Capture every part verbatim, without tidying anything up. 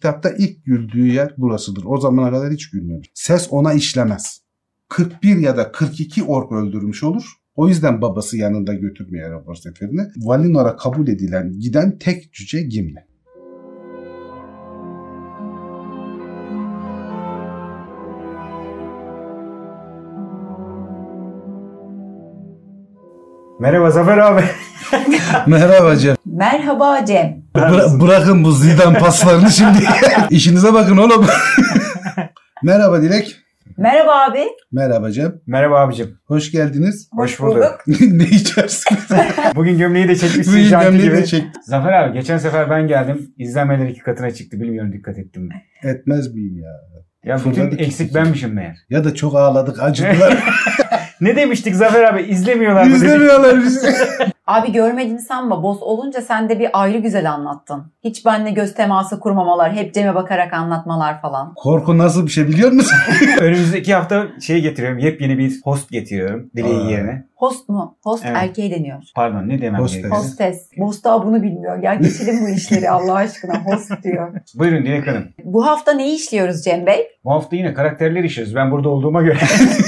kitapta ilk güldüğü yer burasıdır. O zamana kadar hiç gülmemiş. Ses ona işlemez. kırk bir ya da kırk iki ork öldürmüş olur. O yüzden babası yanında götürmüyor Erebor seferine. Valinor'a kabul edilen giden tek cüce Gimli. Merhaba Zafer abi. Merhaba Cem. Merhaba Cem. Bıra- bırakın bu Zidane paslarını şimdi. İşinize bakın oğlum. Merhaba Dilek. Merhaba abi. Merhaba Cem. Merhaba abicim. Hoş geldiniz. Hoş bulduk. Ne içersiniz? Bugün gömleği de çekmişsin. Bugün janti gömleği gibi. de çektim. Zafer abi geçen sefer ben geldim. İzlenmeler iki katına çıktı. Bilmiyorum dikkat ettim mi? Etmez miyim ya? Ya bütün Fırladık eksik iki. benmişim meğer. Ya da çok ağladık, acıdılar. Ne demiştik Zafer abi? İzlemiyorlar mı dedik. İzlemiyorlar bizi. Abi görmedin sanma. Boss olunca sen de bir ayrı güzel anlattın. Hiç benimle göz teması kurmamalar, hep Cem'e bakarak anlatmalar falan. Korku nasıl bir şey biliyor musun? Önümüzdeki hafta şey getiriyorum. Yepyeni bir host getiriyorum. Dileğin Aa. yerine. Host mu? Host Evet. erkeğe deniyor. Pardon ne demem Hostes. gerekiyor? Hostes. Boss daha bunu bilmiyor. Gel geçelim bu işleri Allah aşkına. Host diyor. Buyurun Dilek Hanım. Bu hafta ne işliyoruz Cem Bey? Bu hafta yine karakterler işiyoruz. Ben burada olduğuma göre.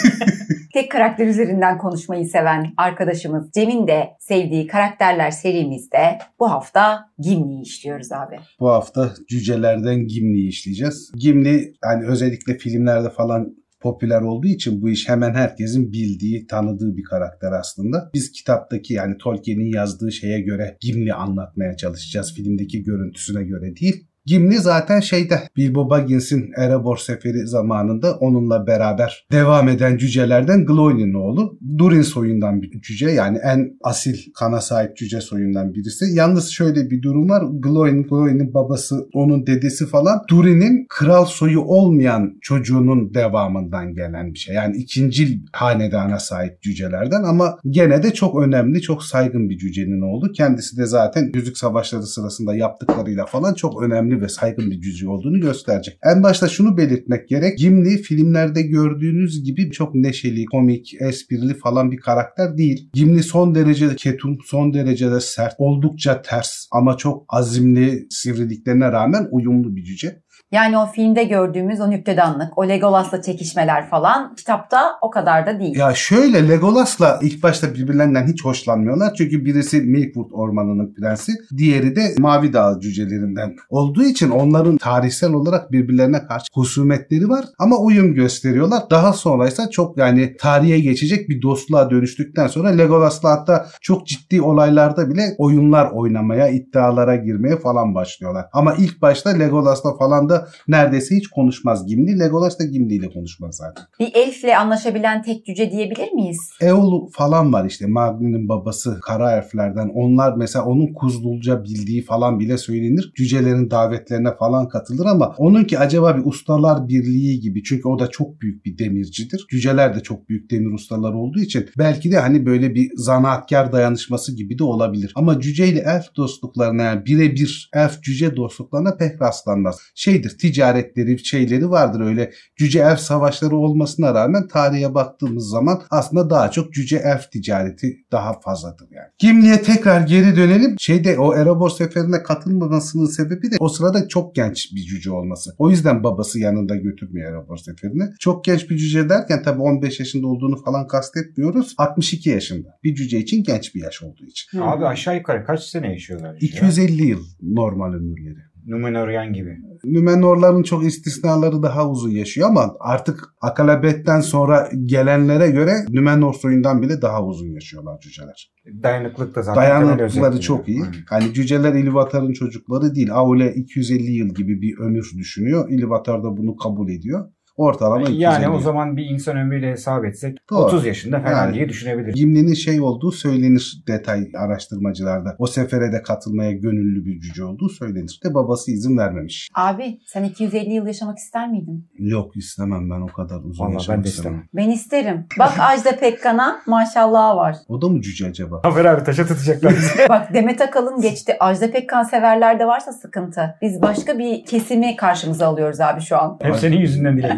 Tek karakter üzerinden konuşmayı seven arkadaşımız Cem'in de sevdiği karakterler serimizde bu hafta Gimli'yi işliyoruz abi. Bu hafta cücelerden Gimli'yi işleyeceğiz. Gimli hani özellikle filmlerde falan popüler olduğu için bu iş hemen herkesin bildiği, tanıdığı bir karakter aslında. Biz kitaptaki yani Tolkien'in yazdığı şeye göre Gimli anlatmaya çalışacağız. Filmdeki görüntüsüne göre değil. Gimli zaten şeyde Bilbo Baggins'in Erebor seferi zamanında onunla beraber devam eden cücelerden Glóin'in oğlu. Durin soyundan bir cüce, yani en asil kana sahip cüce soyundan birisi. Yalnız şöyle bir durum var. Glóin, Glóin'in babası, onun dedesi falan Durin'in kral soyu olmayan çocuğunun devamından gelen bir şey. Yani ikinci hanedana sahip cücelerden ama gene de çok önemli, çok saygın bir cücenin oğlu. Kendisi de zaten Yüzük Savaşları sırasında yaptıklarıyla falan çok önemli ve saygın bir cüce olduğunu gösterecek. En başta şunu belirtmek gerek. Gimli filmlerde gördüğünüz gibi çok neşeli, komik, esprili falan bir karakter değil. Gimli son derece ketum, son derece de sert, oldukça ters ama çok azimli, sivriliklerine rağmen uyumlu bir cüce. Yani o filmde gördüğümüz o nüktedanlık, o Legolas'la çekişmeler falan kitapta o kadar da değil. Ya şöyle, Legolas'la ilk başta birbirlerinden hiç hoşlanmıyorlar. Çünkü birisi Milkwood Ormanı'nın prensi, diğeri de Mavi Dağ cücelerinden olduğu için onların tarihsel olarak birbirlerine karşı husumetleri var ama uyum gösteriyorlar. Daha sonra ise çok yani tarihe geçecek bir dostluğa dönüştükten sonra Legolas'la hatta çok ciddi olaylarda bile oyunlar oynamaya, iddialara girmeye falan başlıyorlar. Ama ilk başta Legolas'la falan da neredeyse hiç konuşmaz Gimli. Legolas da Gimli ile konuşmaz zaten. Bir elfle anlaşabilen tek cüce diyebilir miyiz? Eol falan var işte. Magni'nin babası kara elflerden. Onlar mesela onun Kuzlulca bildiği falan bile söylenir. Cücelerin davetlerine falan katılır ama onunki acaba bir ustalar birliği gibi. Çünkü o da çok büyük bir demircidir. Cüceler de çok büyük demir ustaları olduğu için belki de hani böyle bir zanaatkar dayanışması gibi de olabilir. Ama cüceyle elf dostluklarına, yani birebir elf cüce dostluklarına pek rastlanmaz. Şeydir, ticaretleri, şeyleri vardır öyle. Cüce elf savaşları olmasına rağmen tarihe baktığımız zaman aslında daha çok cüce elf ticareti daha fazladır yani. Gimli'ye tekrar geri dönelim. Şeyde o Erebor seferine katılmamasının sebebi de o sırada çok genç bir cüce olması. O yüzden babası yanında götürmüyor Erebor seferine. Çok genç bir cüce derken tabii on beş yaşında olduğunu falan kastetmiyoruz. altmış iki yaşında. Bir cüce için genç bir yaş olduğu için. Abi aşağı yukarı kaç sene yaşıyorlar? iki yüz elli yıl normal ömürleri. Numenorian gibi. Nümenorların çok istisnaları daha uzun yaşıyor ama artık Akalabet'ten sonra gelenlere göre Nümenor soyundan bile daha uzun yaşıyorlar cüceler. Dayanıklık da zaten. Dayanıklıkları çok iyi. Hani cüceler Ilúvatar'ın çocukları değil. Aule iki yüz elli yıl gibi bir ömür düşünüyor. Ilúvatar da bunu kabul ediyor. Ortalama iki yüz elli. Yani o zaman bir insan ömrüyle hesap etsek Doğru. otuz yaşında falan yani, diye düşünebiliriz. Gimli'nin şey olduğu söylenir detay araştırmacılarda. O sefere de katılmaya gönüllü bir cüce olduğu söylenir. De babası izin vermemiş. Abi sen iki yüz elli yıl yaşamak ister miydin? Yok, istemem ben o kadar uzun Vallahi yaşamak ben de istemem. istemem. Ben isterim. Bak Ajda Pekkan'a maşallahı var. O da mı cüce acaba? Haber abi taşa tutacaklar bizi. Bak Demet Akalın geçti. Ajda Pekkan severler de varsa sıkıntı. Biz başka bir kesimi karşımıza alıyoruz abi şu an. Hep senin yüzünden Dilek.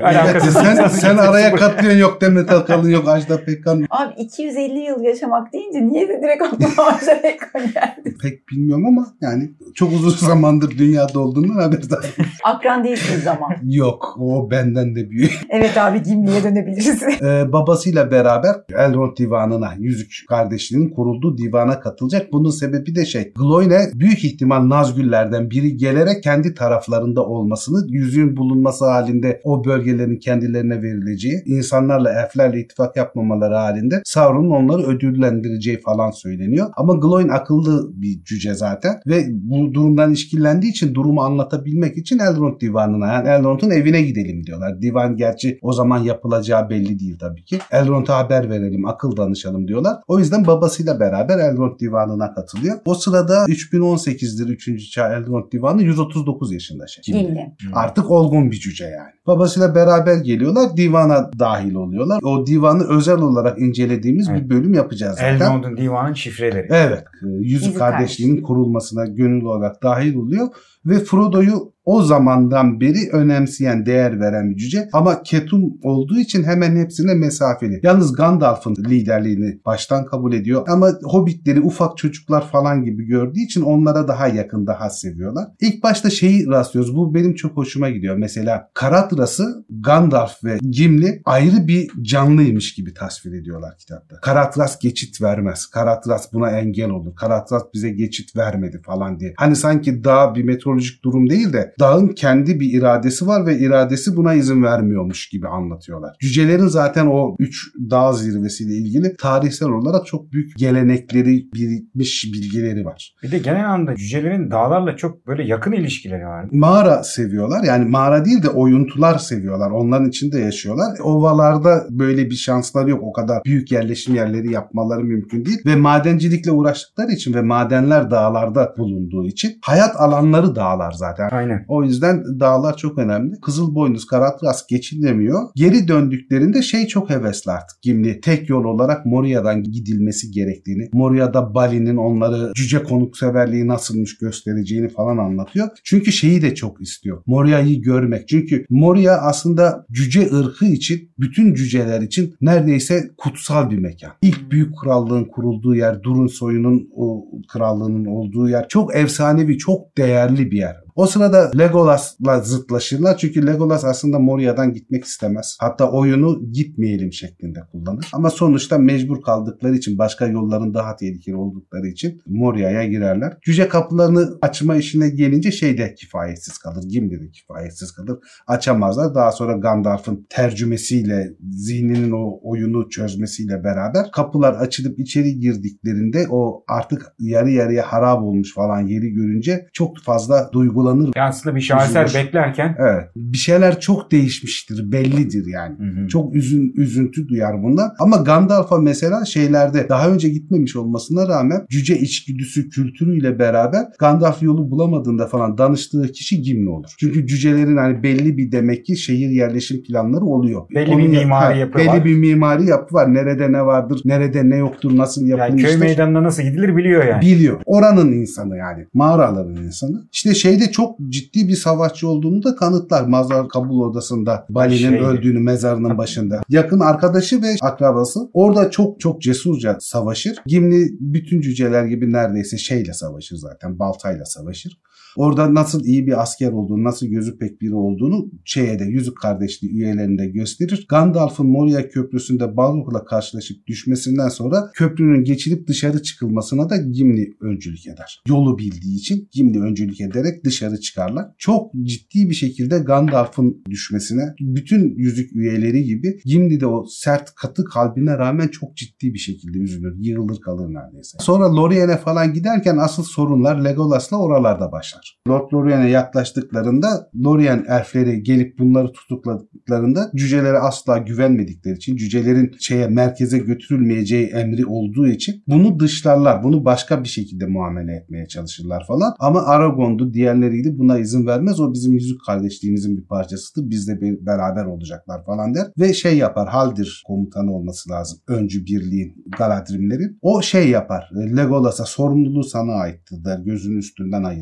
alakası. sen, sen araya katlıyorsun, yok Demet Akalın, yok Ajda Pekkan. Abi iki yüz elli yıl yaşamak deyince niye de direkt aklıma Ajda Pekkan geldi? Pek bilmiyorum ama yani çok uzun zamandır dünyada olduğundan haberdarım. Akran değilsiniz ama. Yok, o benden de büyük. Evet abi, Gimli'ye dönebiliriz. Ee, babasıyla beraber Elrond Divanı'na, Yüzük Kardeşliği'nin kurulduğu divana katılacak. Bunun sebebi de şey, Gloine büyük ihtimal Nazgüllerden biri gelerek kendi taraflarında olmasını, yüzüğün bulunması halinde o bölgelerin kendilerine verileceği, insanlarla, elflerle ittifak yapmamaları halinde Sauron'un onları ödüllendireceği falan söyleniyor. Ama Gloine akıllı bir cüce zaten ve bu durumdan işkillendiği için durumu anlatabilmek için Elrond Divanı'na, yani Elrond'un evine gidelim diyorlar. Divan gerçi o zaman yapılacağı belli değil tabii ki. Elrond'a haber verelim, akıl danışalım diyorlar. O yüzden babasıyla beraber Elrond Divanı'na katılıyor. O sırada üç bin on sekizdir üçüncü çağ Elrond Divanı, yüz otuz dokuz yaşında şey. Gimli. Artık olgun bir cüce yani. Babasıyla beraber geliyorlar, divana dahil oluyorlar. O divanı özel olarak incelediğimiz evet. bir bölüm yapacağız zaten. Elrond'un divanın şifreleri. Evet. Yüzük, Yüzük Kardeşliği'nin kurulmasına gönüllü olarak dahil oluyor ve Frodo'yu o zamandan beri önemseyen, değer veren bir cüce. Ama ketum olduğu için hemen hepsine mesafeli. Yalnız Gandalf'ın liderliğini baştan kabul ediyor. Ama hobbitleri ufak çocuklar falan gibi gördüğü için onlara daha yakın, daha seviyorlar. İlk başta şeyi rastlıyoruz. Bu benim çok hoşuma gidiyor. Mesela Karatras'ı Gandalf ve Gimli ayrı bir canlıymış gibi tasvir ediyorlar kitapta. Karatras geçit vermez. Karatras buna engel olur. Karatras bize geçit vermedi falan diye. Hani sanki daha bir meteorolojik durum değil de dağın kendi bir iradesi var ve iradesi buna izin vermiyormuş gibi anlatıyorlar. Cücelerin zaten o üç dağ zirvesiyle ilgili tarihsel olarak çok büyük gelenekleri, birikmiş bilgileri var. Bir de genel anlamda cücelerin dağlarla çok böyle yakın ilişkileri var. Mağara seviyorlar. Yani mağara değil de oyuntular seviyorlar. Onların içinde yaşıyorlar. Ovalarda böyle bir şansları yok. O kadar büyük yerleşim yerleri yapmaları mümkün değil. Ve madencilikle uğraştıkları için ve madenler dağlarda bulunduğu için hayat alanları dağlar zaten. Aynen. O yüzden dağlar çok önemli. Kızılboynuz, Karatras geçilemiyor. Geri döndüklerinde şey çok hevesli artık Gimli. Tek yol olarak Moria'dan gidilmesi gerektiğini, Moria'da Balin'in onları cüce konukseverliği nasılmış göstereceğini falan anlatıyor. Çünkü şeyi de çok istiyor. Moria'yı görmek. Çünkü Moria aslında cüce ırkı için, bütün cüceler için neredeyse kutsal bir mekan. İlk büyük krallığın kurulduğu yer, Durun soyunun o krallığının olduğu yer. Çok efsanevi, çok değerli bir yer. O sırada Legolas'la zıtlaşırlar. Çünkü Legolas aslında Moria'dan gitmek istemez. Hatta oyunu gitmeyelim şeklinde kullanır. Ama sonuçta mecbur kaldıkları için, başka yolların daha tehlikeli oldukları için Moria'ya girerler. Cüce kapılarını açma işine gelince şey de kifayetsiz kalır. Gimli de kifayetsiz kalır. Açamazlar. Daha sonra Gandalf'ın tercümesiyle, zihninin o oyunu çözmesiyle beraber kapılar açılıp içeri girdiklerinde o artık yarı yarıya harap olmuş falan yeri görünce çok fazla duygulanır. Yani aslında bir şaheser üzülür. Beklerken evet, bir şeyler çok değişmiştir, bellidir yani. Hı hı. Çok üzün, üzüntü duyar bundan. Ama Gandalf'a mesela şeylerde daha önce gitmemiş olmasına rağmen cüce içgüdüsü, kültürüyle beraber Gandalf yolu bulamadığında falan danıştığı kişi Gimli olur. Çünkü cücelerin hani belli bir demek ki şehir yerleşim planları oluyor. Belli Onun, bir mimari ha, yapı belli var. Belli bir mimari yapı var. Nerede ne vardır, nerede ne yoktur, nasıl yapılmıştır. Yani köy meydanına nasıl gidilir biliyor yani. Biliyor. Oranın insanı yani. Mağaraların insanı. İşte şeyde çok ciddi bir savaşçı olduğunu da kanıtlar. Mazar Kabul Odası'nda Balin'in şey, öldüğünü mezarının başında. Yakın arkadaşı ve akrabası orada çok çok cesurca savaşır. Gimli bütün cüceler gibi neredeyse şeyle savaşır zaten. Baltayla savaşır. Orada nasıl iyi bir asker olduğunu, nasıl gözü pek biri olduğunu şeye de Yüzük Kardeşliği üyelerinde gösterir. Gandalf'ın Moria Köprüsü'nde Balrog'la karşılaşıp düşmesinden sonra köprünün geçilip dışarı çıkılmasına da Gimli öncülük eder. Yolu bildiği için Gimli öncülük ederek dışarı çıkarlar. Çok ciddi bir şekilde Gandalf'ın düşmesine, bütün yüzük üyeleri gibi Gimli de o sert katı kalbine rağmen çok ciddi bir şekilde üzülür. Yığılır kalır neredeyse. Sonra Lorien'e falan giderken asıl sorunlar Legolas'la oralarda başlar. Lord Lorien'e yaklaştıklarında Lorien elfleri gelip bunları tutukladıklarında cücelere asla güvenmedikleri için, cücelerin şeye merkeze götürülmeyeceği emri olduğu için bunu dışlarlar. Bunu başka bir şekilde muamele etmeye çalışırlar falan. Ama Aragorn'du, diğerleriydi, buna izin vermez. O bizim Yüzük Kardeşliğimizin bir parçasıdır. Bizle beraber olacaklar falan der. Ve şey yapar. Haldir komutanı olması lazım. Öncü birliğin, Galadrimlerin. O şey yapar. Legolas'a sorumluluğu sana aittir der. Gözünün üstünden ayırma.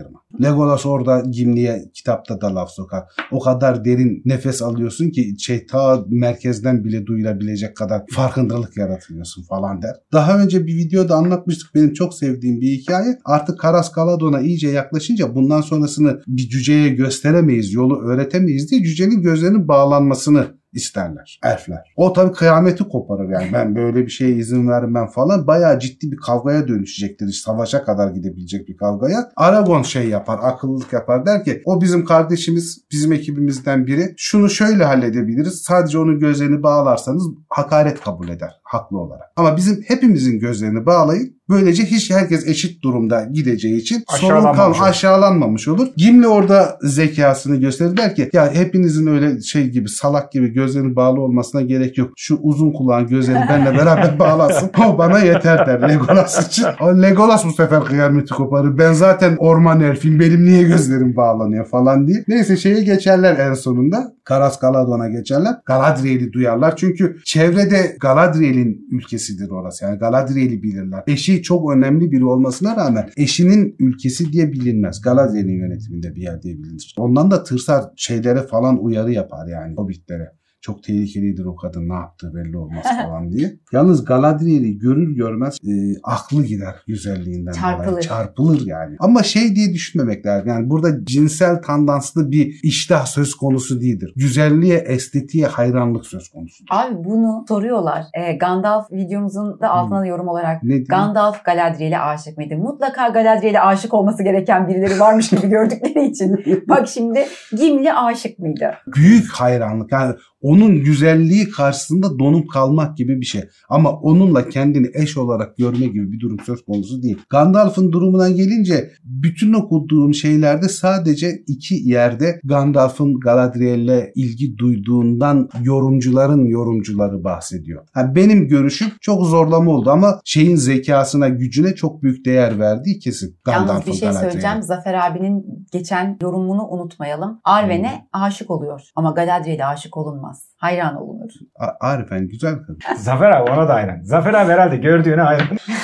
Legolas orada Gimli'ye kitapta da laf sokar. O kadar derin nefes alıyorsun ki şey ta merkezden bile duyulabilecek kadar farkındalık yaratıyorsun falan der. Daha önce bir videoda anlatmıştık. Benim çok sevdiğim bir hikaye. Artık Karas Galadon'a iyice yaklaşınca bundan sonrasını bir cüceye gösteremeyiz, yolu öğretemeyiz diye cücenin gözlerinin bağlanmasını isterler elfler. O tabii kıyameti koparır yani. Ben böyle bir şeye izin vermem falan. Bayağı ciddi bir kavgaya dönüşecektir. İşte savaşa kadar gidebilecek bir kavgaya. Aragorn şey yapar, akıllılık yapar. Der ki o bizim kardeşimiz, bizim ekibimizden biri. Şunu şöyle halledebiliriz. Sadece onun gözlerini bağlarsanız hakaret kabul eder. Haklı olarak. Ama bizim hepimizin gözlerini bağlayın. Böylece hiç herkes eşit durumda gideceği için sorun kal aşağılanmamış olur. Gimli orada zekasını gösterir. Der ki ya hepinizin öyle şey gibi salak gibi gözlerinin bağlı olmasına gerek yok. Şu uzun kulağın gözlerini benimle beraber bağlasın. O bana yeter der Legolas için. O Legolas bu sefer kıyameti koparır. Ben zaten orman elfim. Benim niye gözlerim bağlanıyor falan diye. Neyse şeye geçerler en sonunda. Karas Galadon'a geçerler. Galadriel'i duyarlar. Çünkü çevrede Galadriel'in ülkesidir orası. Yani Galadriel'i bilirler. Eşi çok önemli biri olmasına rağmen eşinin ülkesi diye bilinmez. Galadriel'in yönetiminde bir yer diye bilinir. Ondan da tırsar şeylere falan uyarı yapar yani hobbitlere. Çok tehlikelidir o kadın, ne yaptığı belli olmaz falan diye. Yalnız Galadriel'i görür görmez e, aklı gider güzelliğinden Çarpılır. dolayı. Çarpılır yani. Ama şey diye düşünmemek lazım. Yani burada cinsel tandanslı bir iştah söz konusu değildir. Güzelliğe, estetiğe hayranlık söz konusu. Abi bunu soruyorlar. E, Gandalf videomuzun da altına da yorum olarak Ne Gandalf Galadriel'e aşık mıydı? Mutlaka Galadriel'e aşık olması gereken birileri varmış gibi gördükleri için. Bak şimdi Gimli aşık mıydı? Büyük hayranlık. Yani onun güzelliği karşısında donup kalmak gibi bir şey. Ama onunla kendini eş olarak görme gibi bir durum söz konusu değil. Gandalf'ın durumuna gelince bütün okuduğum şeylerde sadece iki yerde Gandalf'ın Galadriel'le ilgi duyduğundan yorumcuların yorumcuları bahsediyor. Yani benim görüşüm çok zorlama oldu ama şeyin zekasına, gücüne çok büyük değer verdiği kesin. Yalnız bir şey söyleyeceğim. Zafer abinin geçen yorumunu unutmayalım. Arwen'e hmm. aşık oluyor. Ama Galadriel'e aşık olunmaz. Hayran olunur. Arwen güzel kadın. Zafer abi ona da hayran. Zafer abi herhalde gördüğüne hayran.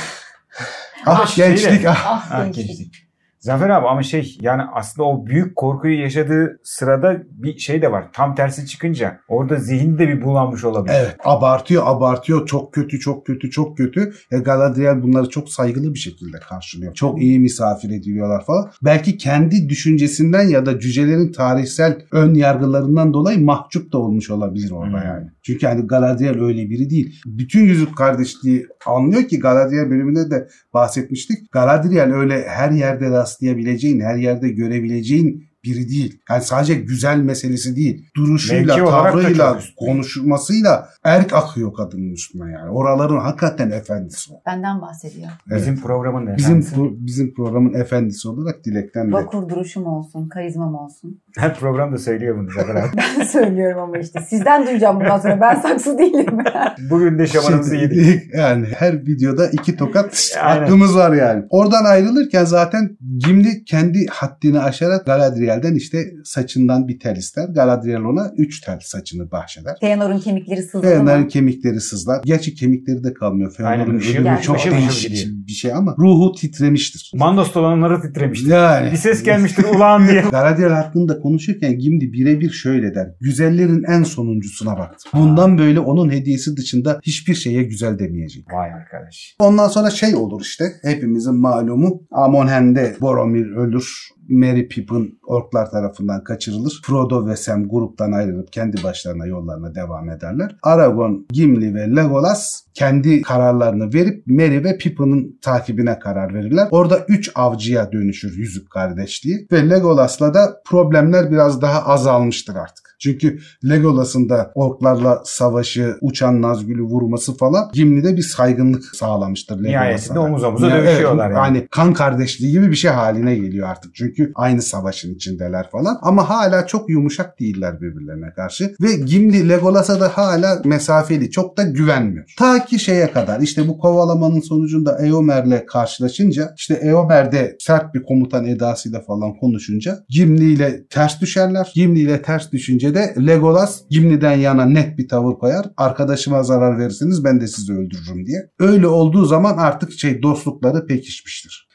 ah gençlik. Ah, ah, ah gençlik. gençlik. Zafer abi ama şey yani aslında o büyük korkuyu yaşadığı sırada bir şey de var. Tam tersi çıkınca orada zihni de bir bulanmış olabilir. Evet, abartıyor abartıyor çok kötü çok kötü çok kötü. E, Galadriel bunları çok saygılı bir şekilde karşılıyor. Çok iyi misafir ediliyorlar falan. Belki kendi düşüncesinden ya da cücelerin tarihsel ön yargılarından dolayı mahcup da olmuş olabilir orada hmm. yani. Çünkü hani Galadriel öyle biri değil. Bütün Yüzük Kardeşliği anlıyor ki Galadriel bölümünde de bahsetmiştik. Galadriel öyle her yerde rastlayabileceğin, her yerde görebileceğin biri değil. Yani sadece güzel meselesi değil. Duruşuyla, tavrıyla, konuşmasıyla erk akıyor kadının üstüne yani. Oraların hakikaten efendisi o. Benden bahsediyor. Evet. Bizim programın efendisi. Bizim, pro- bizim programın efendisi olarak Dilek'ten de. Vakur duruşum olsun, karizmam olsun. Her programda söylüyor bunu Zafer abi. Ben söylüyorum ama işte. Sizden duyacağım bundan sonra. Ben saksı değilim. Bugün de şamanımızı yedik. Yani her videoda iki tokat hakkımız var yani. Oradan ayrılırken zaten Gimli kendi haddini aşarak Galadriel'den işte saçından bir tel ister. Galadriel ona üç tel saçını bahşeder. Feanor'un kemikleri sızlar mı? Feanor'un kemikleri sızlar. Gerçi kemikleri de kalmıyor. Feanor'un ölümü yani, çok ışıl değişik ışıl bir şey ama ruhu titremiştir. Mandos dolanları titremiştir. Yani. Bir ses gelmiştir ulan diye. Galadriel hakkında konuşurken Gimli birebir şöyle der. Güzellerin en sonuncusuna baktı. Bundan böyle onun hediyesi dışında hiçbir şeye güzel demeyecek. Vay arkadaş. Ondan sonra şey olur işte. Hepimizin malumu Amonhen'de Boromir ölür. Merry Pippin orklar tarafından kaçırılır. Frodo ve Sam gruptan ayrılıp kendi başlarına yollarına devam ederler. Aragorn, Gimli ve Legolas kendi kararlarını verip Merry ve Pippin'in takibine karar verirler. Orada üç avcıya dönüşür Yüzük Kardeşliği ve Legolas'la da problemler biraz daha azalmıştır artık. Çünkü Legolas'ın da orklarla savaşı, uçan Nazgül'ü vurması falan Gimli'de bir saygınlık sağlamıştır Legolas'a. Nihayetinde omuz omuza yani, dövüşüyorlar evet, yani. Yani kan kardeşliği gibi bir şey haline geliyor artık. Çünkü aynı savaşın içindeler falan. Ama hala çok yumuşak değiller birbirlerine karşı. Ve Gimli Legolas'a da hala mesafeli. Çok da güvenmiyor. Ta ki şeye kadar işte bu kovalamanın sonucunda Eomer'le karşılaşınca işte Eomer de sert bir komutan edasıyla falan konuşunca Gimli ile ters düşerler. Gimli ile ters düşünce de Legolas Gimli'den yana net bir tavır koyar. Arkadaşıma zarar verirseniz ben de sizi öldürürüm diye. Öyle olduğu zaman artık şey dostlukları pekişmiştir.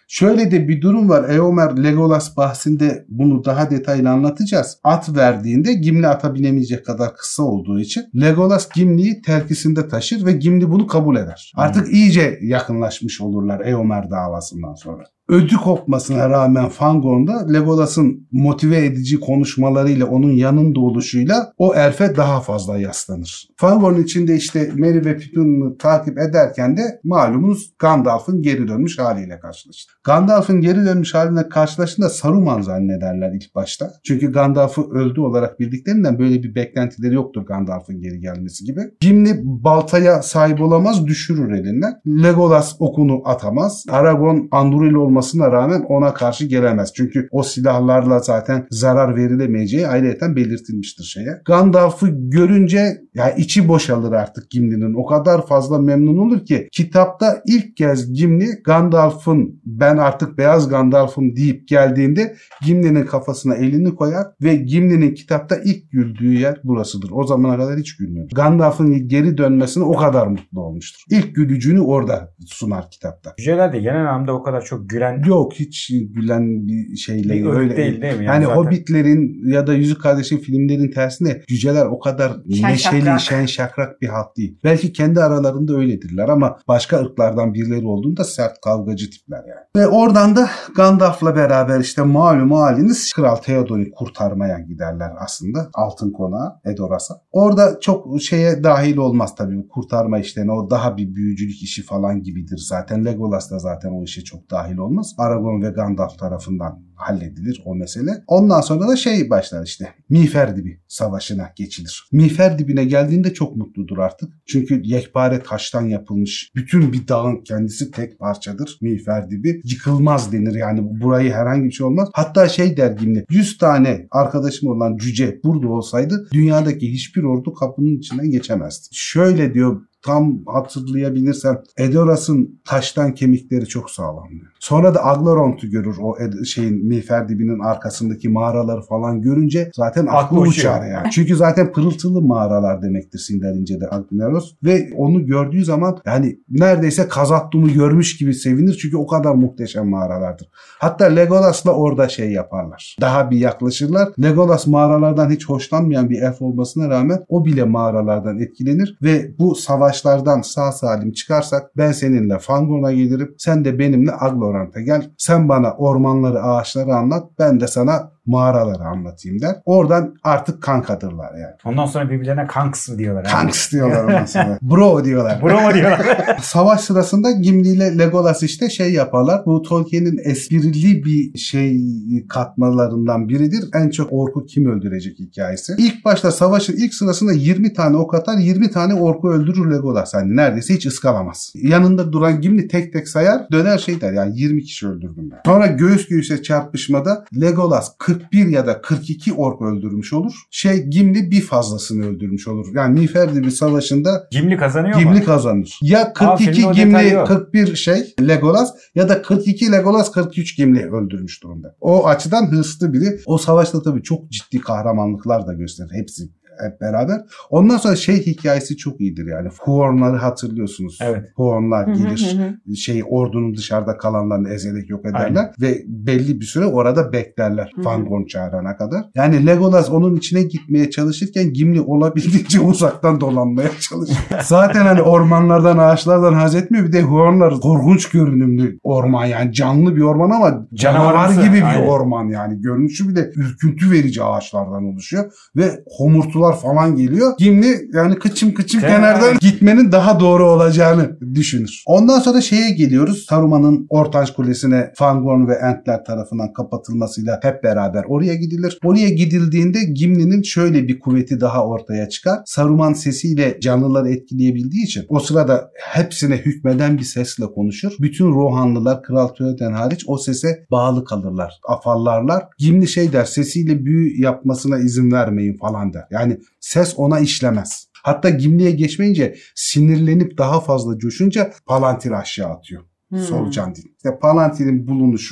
Şöyle de bir durum var. Eomer Legolas bahsinde bunu daha detaylı anlatacağız. At verdiğinde Gimli ata binemeyecek kadar kısa olduğu için Legolas Gimli'yi terkisinde taşır ve Gimli bunu kabul eder. Artık hmm. iyice yakınlaşmış olurlar Eomer davasından sonra. Ödü kopmasına rağmen Fangorn'da Legolas'ın motive edici konuşmalarıyla onun yanında oluşuyla o elfe daha fazla yaslanır. Fangorn içinde işte Merry ve Pippin'i takip ederken de malumunuz Gandalf'ın geri dönmüş haliyle karşılaşır. Gandalf'ın geri dönmüş haline karşılaştığında Saruman zannederler ilk başta. Çünkü Gandalf'ı öldü olarak bildiklerinden böyle bir beklentileri yoktur Gandalf'ın geri gelmesi gibi. Gimli baltaya sahip olamaz, düşürür elinden. Legolas okunu atamaz. Aragorn Andúril olmaz olmasına rağmen ona karşı gelemez. Çünkü o silahlarla zaten zarar verilemeyeceği ayrıyeten belirtilmiştir şeye. Gandalf'ı görünce ya içi boşalır artık Gimli'nin. O kadar fazla memnun olur ki kitapta ilk kez Gimli Gandalf'ın ben artık beyaz Gandalf'ım deyip geldiğinde Gimli'nin kafasına elini koyar ve Gimli'nin kitapta ilk güldüğü yer burasıdır. O zamana kadar hiç gülmüyor. Gandalf'ın geri dönmesine o kadar mutlu olmuştur. İlk gülücüğünü orada sunar kitapta. Cüceler de genel anlamda o kadar çok gülen yok, hiç gülen bir şeyle bir öyle değil değil mi? Yani, yani Hobbitlerin ya da Yüzük Kardeş'in filmlerin tersine cüceler o kadar şen neşeli, şakrak. şen şakrak bir halk değil. Belki kendi aralarında öyledirler ama başka ırklardan birileri olduğunda sert kavgacı tipler yani. Ve oradan da Gandalf'la beraber işte malum haliniz Kral Theoden'i kurtarmaya giderler aslında. Altın Konağı Edoras'a. Orada çok şeye dahil olmaz tabii. Kurtarma işlerine o daha bir büyücülük işi falan gibidir zaten. Legolas da zaten o işe çok dahil olmaz. Aragorn ve Gandalf tarafından halledilir o mesele. Ondan sonra da şey başlar işte. Miğferdibi Savaşı'na geçilir. Miğferdibine geldiğinde çok mutludur artık. Çünkü yekpare taştan yapılmış. Bütün bir dağın kendisi tek parçadır. Miğferdibi. Yıkılmaz denir yani. Burayı herhangi bir şey olmaz. Hatta şey der Gimli. yüz tane arkadaşım olan cüce burada olsaydı dünyadaki hiçbir ordu kapının içinden geçemezdi. Şöyle diyor, tam hatırlayabilirsem Edoras'ın taştan kemikleri çok sağlam. Sonra da Aglarond'u görür o ed- şeyin Miğferdibinin arkasındaki mağaraları falan görünce zaten aklı uçar yani. Çünkü zaten pırıltılı mağaralar demektir Sindarince'de Aglaros ve onu gördüğü zaman yani neredeyse Khazad-dûm'u görmüş gibi sevinir çünkü o kadar muhteşem mağaralardır. Hatta Legolas'la orada şey yaparlar. Daha bir yaklaşırlar. Legolas mağaralardan hiç hoşlanmayan bir elf olmasına rağmen o bile mağaralardan etkilenir ve bu savaşlardan sağ salim çıkarsak ben seninle Fangorn'a gelirim. Sen de benimle Aglarond'a gel. Sen bana ormanları, ağaçları anlat. Ben de sana mağaraları anlatayım der. Oradan artık kankadırlar yani. Ondan sonra birbirlerine kanks mı diyorlar? Kanks yani. diyorlar ondan sonra. Bro diyorlar. Bro mu diyorlar? Savaş sırasında Gimli ile Legolas işte şey yaparlar. Bu Tolkien'in esprili bir şey katmalarından biridir. En çok orku kim öldürecek hikayesi. İlk başta savaşın ilk sırasında yirmi tane ok atar, yirmi tane orku öldürür Legolas. Yani neredeyse hiç ıskalamaz. Yanında duran Gimli tek tek sayar, döner şey der yani yirmi kişi öldürdüm ben. Sonra göğüs göğüse çarpışmada Legolas kırk bir ya da kırk iki ork öldürmüş olur. Şey Gimli bir fazlasını öldürmüş olur. Yani Miğferdibi Savaşı'nda Gimli kazanıyor Gimli mu? Gimli kazanır. Ya kırk iki Aa, Gimli kırk bir şey Legolas ya da kırk iki Legolas kırk üç Gimli öldürmüş durumda. O açıdan hırslı biri. O savaşta tabii çok ciddi kahramanlıklar da gösterir. Hepsi hep beraber. Ondan sonra şey hikayesi çok iyidir yani. Huorn'ları hatırlıyorsunuz. Evet. Huorn'lar gelir. şey ordunun dışarıda kalanlarını ezerek yok ederler. Aynen. Ve belli bir süre orada beklerler. Fangorn çağırana kadar. Yani Legolas onun içine gitmeye çalışırken Gimli olabildiğince uzaktan dolanmaya çalışır. Zaten hani ormanlardan, ağaçlardan haz etmiyor. Bir de Huorn'lar korkunç görünümlü orman yani. Canlı bir orman ama canavar gibi bir Aynen. orman yani. Görünüşü bir de ürküntü verici ağaçlardan oluşuyor. Ve homurtular falan geliyor. Gimli yani kıçım kıçım Sen kenardan abi. gitmenin daha doğru olacağını düşünür. Ondan sonra şeye geliyoruz. Saruman'ın Ortanç Kulesi'ne Fangorn ve Entler tarafından kapatılmasıyla hep beraber oraya gidilir. Oraya gidildiğinde Gimli'nin şöyle bir kuvveti daha ortaya çıkar. Saruman sesiyle canlıları etkileyebildiği için o sırada hepsine hükmeden bir sesle konuşur. Bütün Rohanlılar Kral Theoden hariç o sese bağlı kalırlar. Afallarlar. Gimli şey der, sesiyle büyü yapmasına izin vermeyin falan der. Yani ses ona işlemez. Hatta Gimli'ye geçmeyince sinirlenip daha fazla coşunca Palantir aşağı atıyor. Hmm. Solucan değil. İşte Palantir'in bulunuşu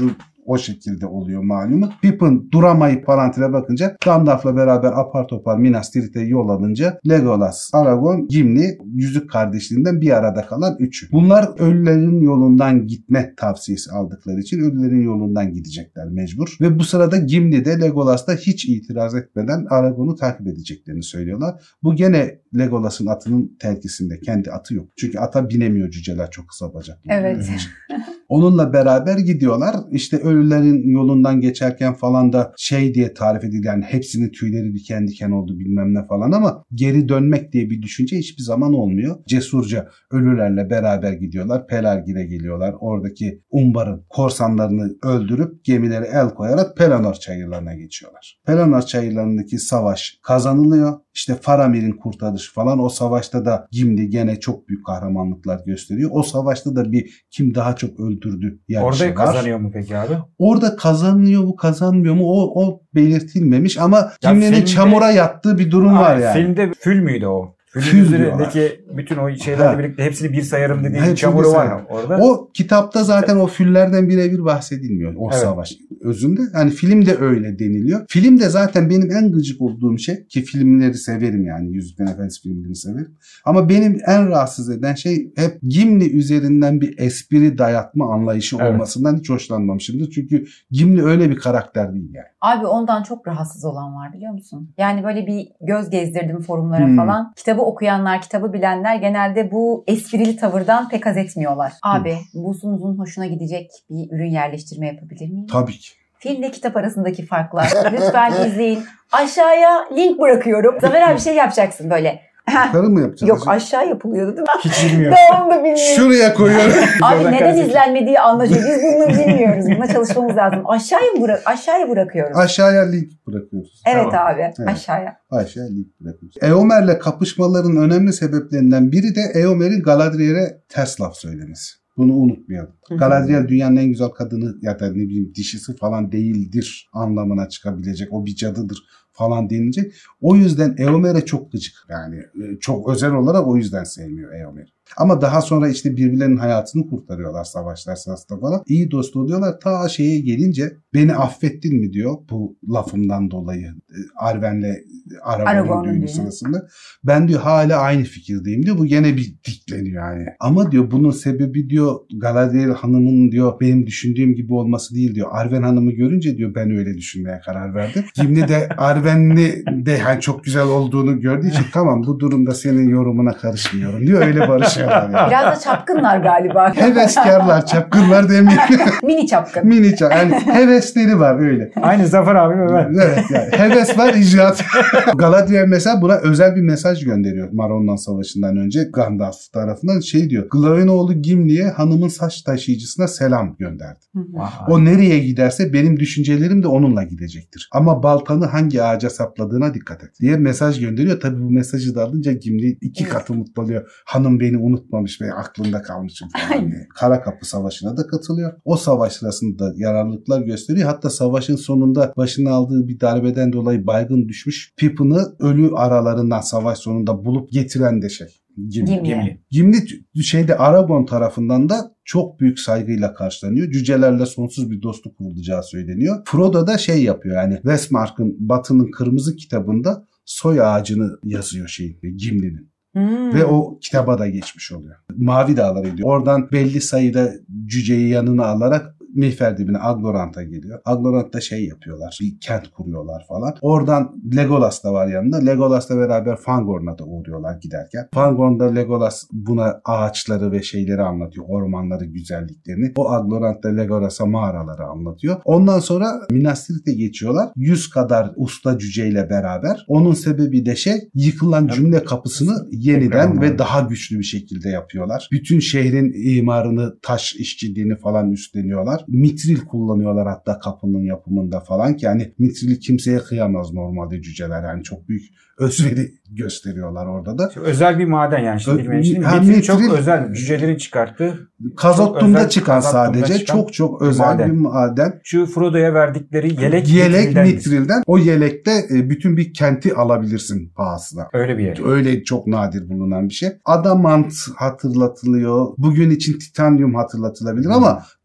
o şekilde oluyor malumu. Pippin duramayıp Palantir'e bakınca Gandalf'la beraber apar topar Minas Tirith'e yol alınca Legolas, Aragorn, Gimli, Yüzük Kardeşliğinden bir arada kalan üçü. Bunlar ölülerin yolundan gitme tavsiyesi aldıkları için ölülerin yolundan gidecekler mecbur. Ve bu sırada Gimli de Legolas da hiç itiraz etmeden Aragorn'u takip edeceklerini söylüyorlar. Bu gene Legolas'ın atının terkisinde. Kendi atı yok. Çünkü ata binemiyor cüceler, çok kısa bacaklı. Evet. Onunla beraber gidiyorlar. İşte ölülerin yolundan geçerken falan da şey diye tarif ediliyor. Yani hepsinin tüyleri diken diken oldu bilmem ne falan ama geri dönmek diye bir düşünce hiçbir zaman olmuyor. Cesurca ölülerle beraber gidiyorlar. Pelargir'e geliyorlar. Oradaki Umbar'ın korsanlarını öldürüp gemilere el koyarak Pelennor çayırlarına geçiyorlar. Pelennor çayırlarındaki savaş kazanılıyor. İşte Faramir'in kurtarışı falan, o savaşta da Gimli gene çok büyük kahramanlıklar gösteriyor. O savaşta da bir kim daha çok öldürdü yarışı var. Orada kazanıyor mu peki abi? Orada kazanıyor mu kazanmıyor mu o, o belirtilmemiş ama Gimli'nin filmde, çamura yattığı bir durum abi, var yani. Filmde fül müydü o? Fülün Fül üzerindeki bütün o şeylerle ha. birlikte hepsini bir sayarım dediğin Hepsini çamuru var sayarım. orada. O kitapta zaten o füllerden birebir bahsedilmiyor. O evet. Savaş özünde. Yani filmde öyle deniliyor. Filmde zaten benim en gıcık olduğum şey, ki filmleri severim yani, Yüzüklerin Efendisi filmlerini severim. Ama benim en rahatsız eden şey hep Gimli üzerinden bir espri dayatma anlayışı evet. olmasından hiç hoşlanmamışımdır. Çünkü Gimli öyle bir karakter değil yani. Abi ondan çok rahatsız olan var biliyor musun? Yani böyle bir göz gezdirdim forumlara hmm. falan. Kitabı okuyanlar, kitabı bilenler genelde bu esprili tavırdan pek haz etmiyorlar. Abi hmm. buzunuzun hoşuna gidecek bir ürün yerleştirme yapabilir miyim? Tabii ki. Filmle kitap arasındaki farklar. Lütfen izleyin. Aşağıya link bırakıyorum. Zafer abi bir şey yapacaksın böyle. Yukarı mı yapacağız? Yok, aşağı yapılıyordu değil mi? Hiç bilmiyorum. Doğum da bilmiyorum. Şuraya koyuyorum. Abi neden izlenmediği anlaşılıyor. Biz bunu bilmiyoruz. Buna çalışmamız lazım. Aşağıya bırak, aşağıya bırakıyoruz. Aşağıya link bırakıyoruz. Evet tamam. abi. Evet. Aşağıya. Aşağıya link bırakıyoruz. Eomer'le kapışmaların önemli sebeplerinden biri de Eomer'in Galadriel'e ters laf söylemesi. Bunu unutmayalım. Hı-hı. Galadriel dünyanın en güzel kadını ya da ne bileyim dişisi falan değildir anlamına çıkabilecek. O bir cadıdır falan denilecek. O yüzden Eomer'e çok gıcık. Yani çok özel olarak o yüzden sevmiyor Eomer'i. Ama daha sonra işte birbirlerinin hayatını kurtarıyorlar savaşlar sırasında falan. İyi dost oluyorlar. Ta şeye gelince beni affettin mi diyor bu lafımdan dolayı Arwen'le Aragorn'un düğünü sırasında. Ben diyor hala aynı fikirdeyim diyor. Bu gene bir dikleniyor yani. Ama diyor bunun sebebi diyor Galadriel hanımın diyor benim düşündüğüm gibi olması değil diyor. Arwen hanımı görünce diyor ben öyle düşünmeye karar verdim. Gimli de Arwen'li de yani çok güzel olduğunu gördüğü için tamam bu durumda senin yorumuna karışmıyorum diyor. Öyle barış. Yani. Biraz da çapkınlar galiba. Heveskarlar, çapkınlar demeyelim. Mini çapkın. Mini çapkın. Yani hevesleri var öyle. Aynı Zafer abi mi ben? Evet yani. Heves var, icraat. Galadriel mesela buna özel bir mesaj gönderiyor. Maronlan Savaşı'ndan önce Gandalf tarafından şey diyor. Glaive'in oğlu Gimli'ye hanımın saç taşıyıcısına selam gönderdi. O nereye giderse benim düşüncelerim de onunla gidecektir. Ama baltanı hangi ağaca sapladığına dikkat et diye mesaj gönderiyor. Tabii bu mesajı da alınca Gimli iki evet. katı mutlu oluyor. Hanım beni unutmamış ve aklında kalmışım falan diye. Karakapı Savaşı'na da katılıyor. O savaş sırasında yararlılıklar gösteriyor. Hatta savaşın sonunda başına aldığı bir darbeden dolayı baygın düşmüş Pippin'i ölü aralarından savaş sonunda bulup getiren de şey. Gimli. Gimli. Gimli şeyde Aragorn tarafından da çok büyük saygıyla karşılanıyor. Cücelerle sonsuz bir dostluk kurulacağı söyleniyor. Frodo da şey yapıyor yani Westmark'ın Batı'nın Kırmızı kitabında soy ağacını yazıyor şeyin Gimli'nin. Hmm. Ve o kitaba da geçmiş oluyor. Mavi Dağları diyor. Oradan belli sayıda cüceyi yanına alarak Miğfer dibine Aglorant'a geliyor. Aglorant'ta şey yapıyorlar. Bir kent kuruyorlar falan. Oradan Legolas da var yanında. Legolas'la beraber Fangorn'a da uğruyorlar giderken. Fangorn'da Legolas buna ağaçları ve şeyleri anlatıyor. Ormanları, güzelliklerini. O Aglorant'ta Legolas'a mağaraları anlatıyor. Ondan sonra Minas Tirith'e geçiyorlar. Yüz kadar usta cüceyle beraber. Onun sebebi de şey yıkılan cümle kapısını yeniden ve daha güçlü bir şekilde yapıyorlar. Bütün şehrin imarını, taş işçiliğini falan üstleniyorlar. Mitril kullanıyorlar hatta kapının yapımında falan ki yani mitrili kimseye kıyamaz normalde cüceler yani çok büyük özveri gösteriyorlar orada da. Çok özel bir maden yani şimdi bilmeyen için. Mitril, mitril çok özel cücelerin çıkarttığı. Kazottum'da çıkan sadece çıkan çok çok özel maden. Bir maden. Şu Frodo'ya verdikleri yelek, yelek mitrilden. O yelekte bütün bir kenti alabilirsin pahasına. Öyle bir yelek. Öyle çok nadir bulunan bir şey. Adamant hatırlatılıyor. Bugün için titanyum hatırlatılabilir hmm. ama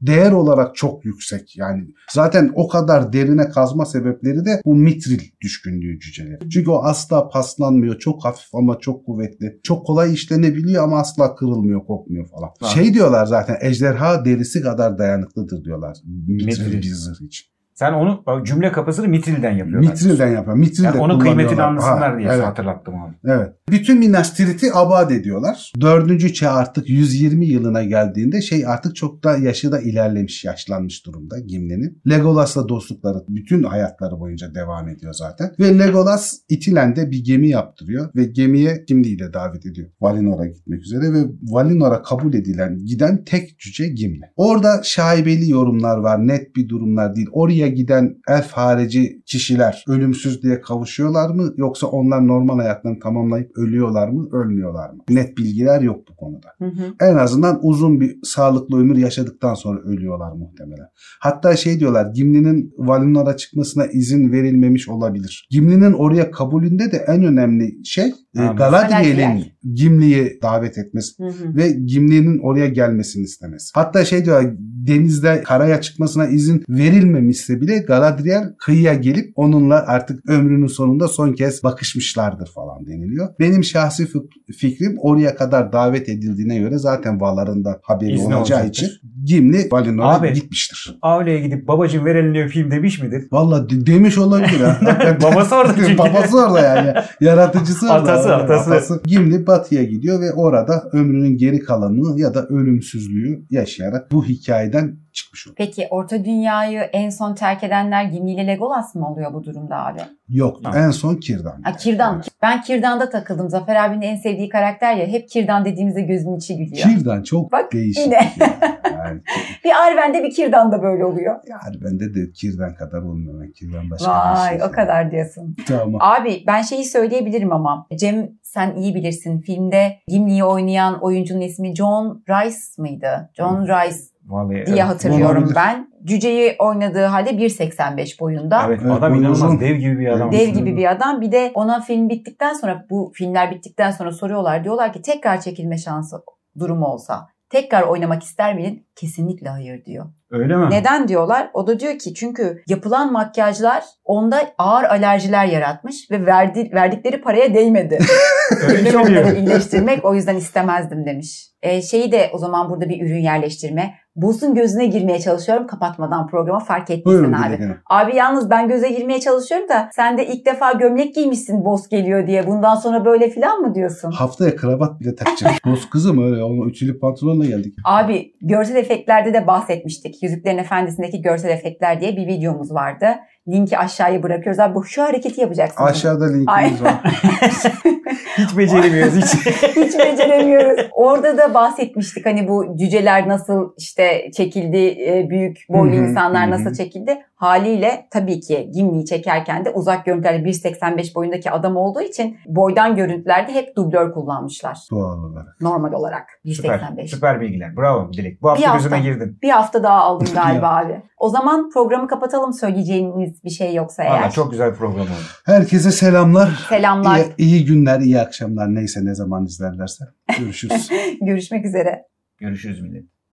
değer olarak çok yüksek. Yani zaten o kadar derine kazma sebepleri de bu mitril düşkünlüğü cüceleri. Çünkü o asla paslanmıyor. Çok hafif ama çok kuvvetli. Çok kolay işlenebiliyor ama asla kırılmıyor, kokmuyor falan. Ha. Şey diyorlar zaten, ejderha derisi kadar dayanıklıdır diyorlar. Mitril bir zırh için. Sen onu cümle kapısını mitrilden yapıyorlar. Mitrilden yapıyor. Mitril yani de onun kıymetini anlasınlar ha, diye evet. hatırlattım abi. Evet. Bütün Minas Tirith'i abad ediyorlar. Dördüncü çağ artık yüz yirmi yılına geldiğinde şey artık çok da yaşı da ilerlemiş, yaşlanmış durumda Gimli'nin. Legolas'la dostlukları bütün hayatları boyunca devam ediyor zaten. Ve Legolas İtilen'de bir gemi yaptırıyor ve gemiye Gimli'yi de davet ediyor. Valinor'a gitmek üzere ve Valinor'a kabul edilen, giden tek cüce Gimli. Orada şaibeli yorumlar var, net bir durumlar değil. Oraya giden elf harici kişiler ölümsüz diye kavuşuyorlar mı, yoksa onlar normal hayatlarını tamamlayıp ölüyorlar mı, ölmüyorlar mı? Net bilgiler yok bu konuda. Hı hı. En azından uzun bir sağlıklı ömür yaşadıktan sonra ölüyorlar muhtemelen. Hatta şey diyorlar, Gimli'nin Valinor'a çıkmasına izin verilmemiş olabilir. Gimli'nin oraya kabulünde de en önemli şey e, Galadriel'in Gimli'yi davet etmesi hı hı. ve Gimli'nin oraya gelmesini istemesi. Hatta şey diyorlar, denizde karaya çıkmasına izin verilmemişse bile Galadriel kıyıya gelip onunla artık ömrünün sonunda son kez bakışmışlardır falan deniliyor. Benim şahsi fikrim, oraya kadar davet edildiğine göre zaten Valar'ın haberi İzni olacağı olacaktır. için Gimli Valinor'a gitmiştir. Aileye gidip babacığım ver elini öpeyim demiş midir? Valla de- demiş olabilir ha. Babası orada çünkü. Babası orada yani. Yaratıcısı orada. Atası, atası. atası. Gimli batıya gidiyor ve orada ömrünün geri kalanını ya da ölümsüzlüğü yaşayarak bu hikayeden çıkmış oluyor. Peki Orta Dünya'yı en son terk edenler Gimli ile Legolas mı oluyor bu durumda abi? Yok. Ha. En son Kirdan. Ha, Kirdan. Evet. Ben Kirdan'da takıldım. Zafer abinin en sevdiği karakter ya. Hep Kirdan dediğimizde gözünün içi gülüyor. Kirdan çok Bak, değişik. Yine. Yani. Bir Arwen'de bir Kirdan'da böyle oluyor. Ya Arwen'de de Kirdan kadar olmuyor. Ben Kirdan başka Vay, bir şey. o kadar diyorsun. Tamam. Abi ben şeyi söyleyebilirim ama. Cem sen iyi bilirsin. Filmde Gimli'yi oynayan oyuncunun ismi John Rice mıydı? John Rice. Vallahi, diye hatırlıyorum evet. ben. Cüceyi oynadığı halde bir seksen beş boyunda. Evet, evet adam inanılmaz dev gibi bir adam. Dev gibi bir adam. Bir de ona film bittikten sonra, bu filmler bittikten sonra soruyorlar. Diyorlar ki tekrar çekilme şansı durumu olsa tekrar oynamak ister miydin? Kesinlikle hayır diyor. Öyle mi? Neden diyorlar? O da diyor ki çünkü yapılan makyajlar onda ağır alerjiler yaratmış ve verdi, verdikleri paraya değmedi. Öyle onları iyileştirmek, o yüzden istemezdim demiş. Ee, şeyi de o zaman burada bir ürün yerleştirme. Boss'un gözüne girmeye çalışıyorum kapatmadan programı, fark ettiysen abi. Gidelim. Abi yalnız ben göze girmeye çalışıyorum da sen de ilk defa gömlek giymişsin Boss geliyor diye. Bundan sonra böyle filan mı diyorsun? Haftaya kravat bile takacağım. Boss kızım öyle. Onun ütülü pantolonla geldik. Abi görsel efektlerde de bahsetmiştik. Yüzüklerin Efendisi'ndeki görsel efektler diye bir videomuz vardı. Linki aşağıya bırakıyoruz. Abi bu şu hareketi yapacaksın. Aşağıda linkimiz var. Hiç beceremiyoruz hiç. Hiç beceremiyoruz. Orada da bahsetmiştik hani bu cüceler nasıl işte çekildi, büyük boylu insanlar nasıl çekildi. Haliyle tabii ki Gimli'yi çekerken de uzak görüntülerde bir seksen beş boyundaki adam olduğu için boydan görüntülerde hep dublör kullanmışlar. Doğal olarak. Normal olarak bir seksen beş. Süper, süper bilgiler. Bravo Dilek. Bu hafta, hafta gözüme girdin. Bir hafta daha aldım galiba abi. O zaman programı kapatalım, söyleyeceğiniz bir şey yoksa eğer. Valla çok güzel program oldu. Herkese selamlar. Selamlar. İyi, iyi günler, iyi akşamlar, neyse ne zaman izlerlerse. Görüşürüz. Görüşmek üzere. Görüşürüz millet.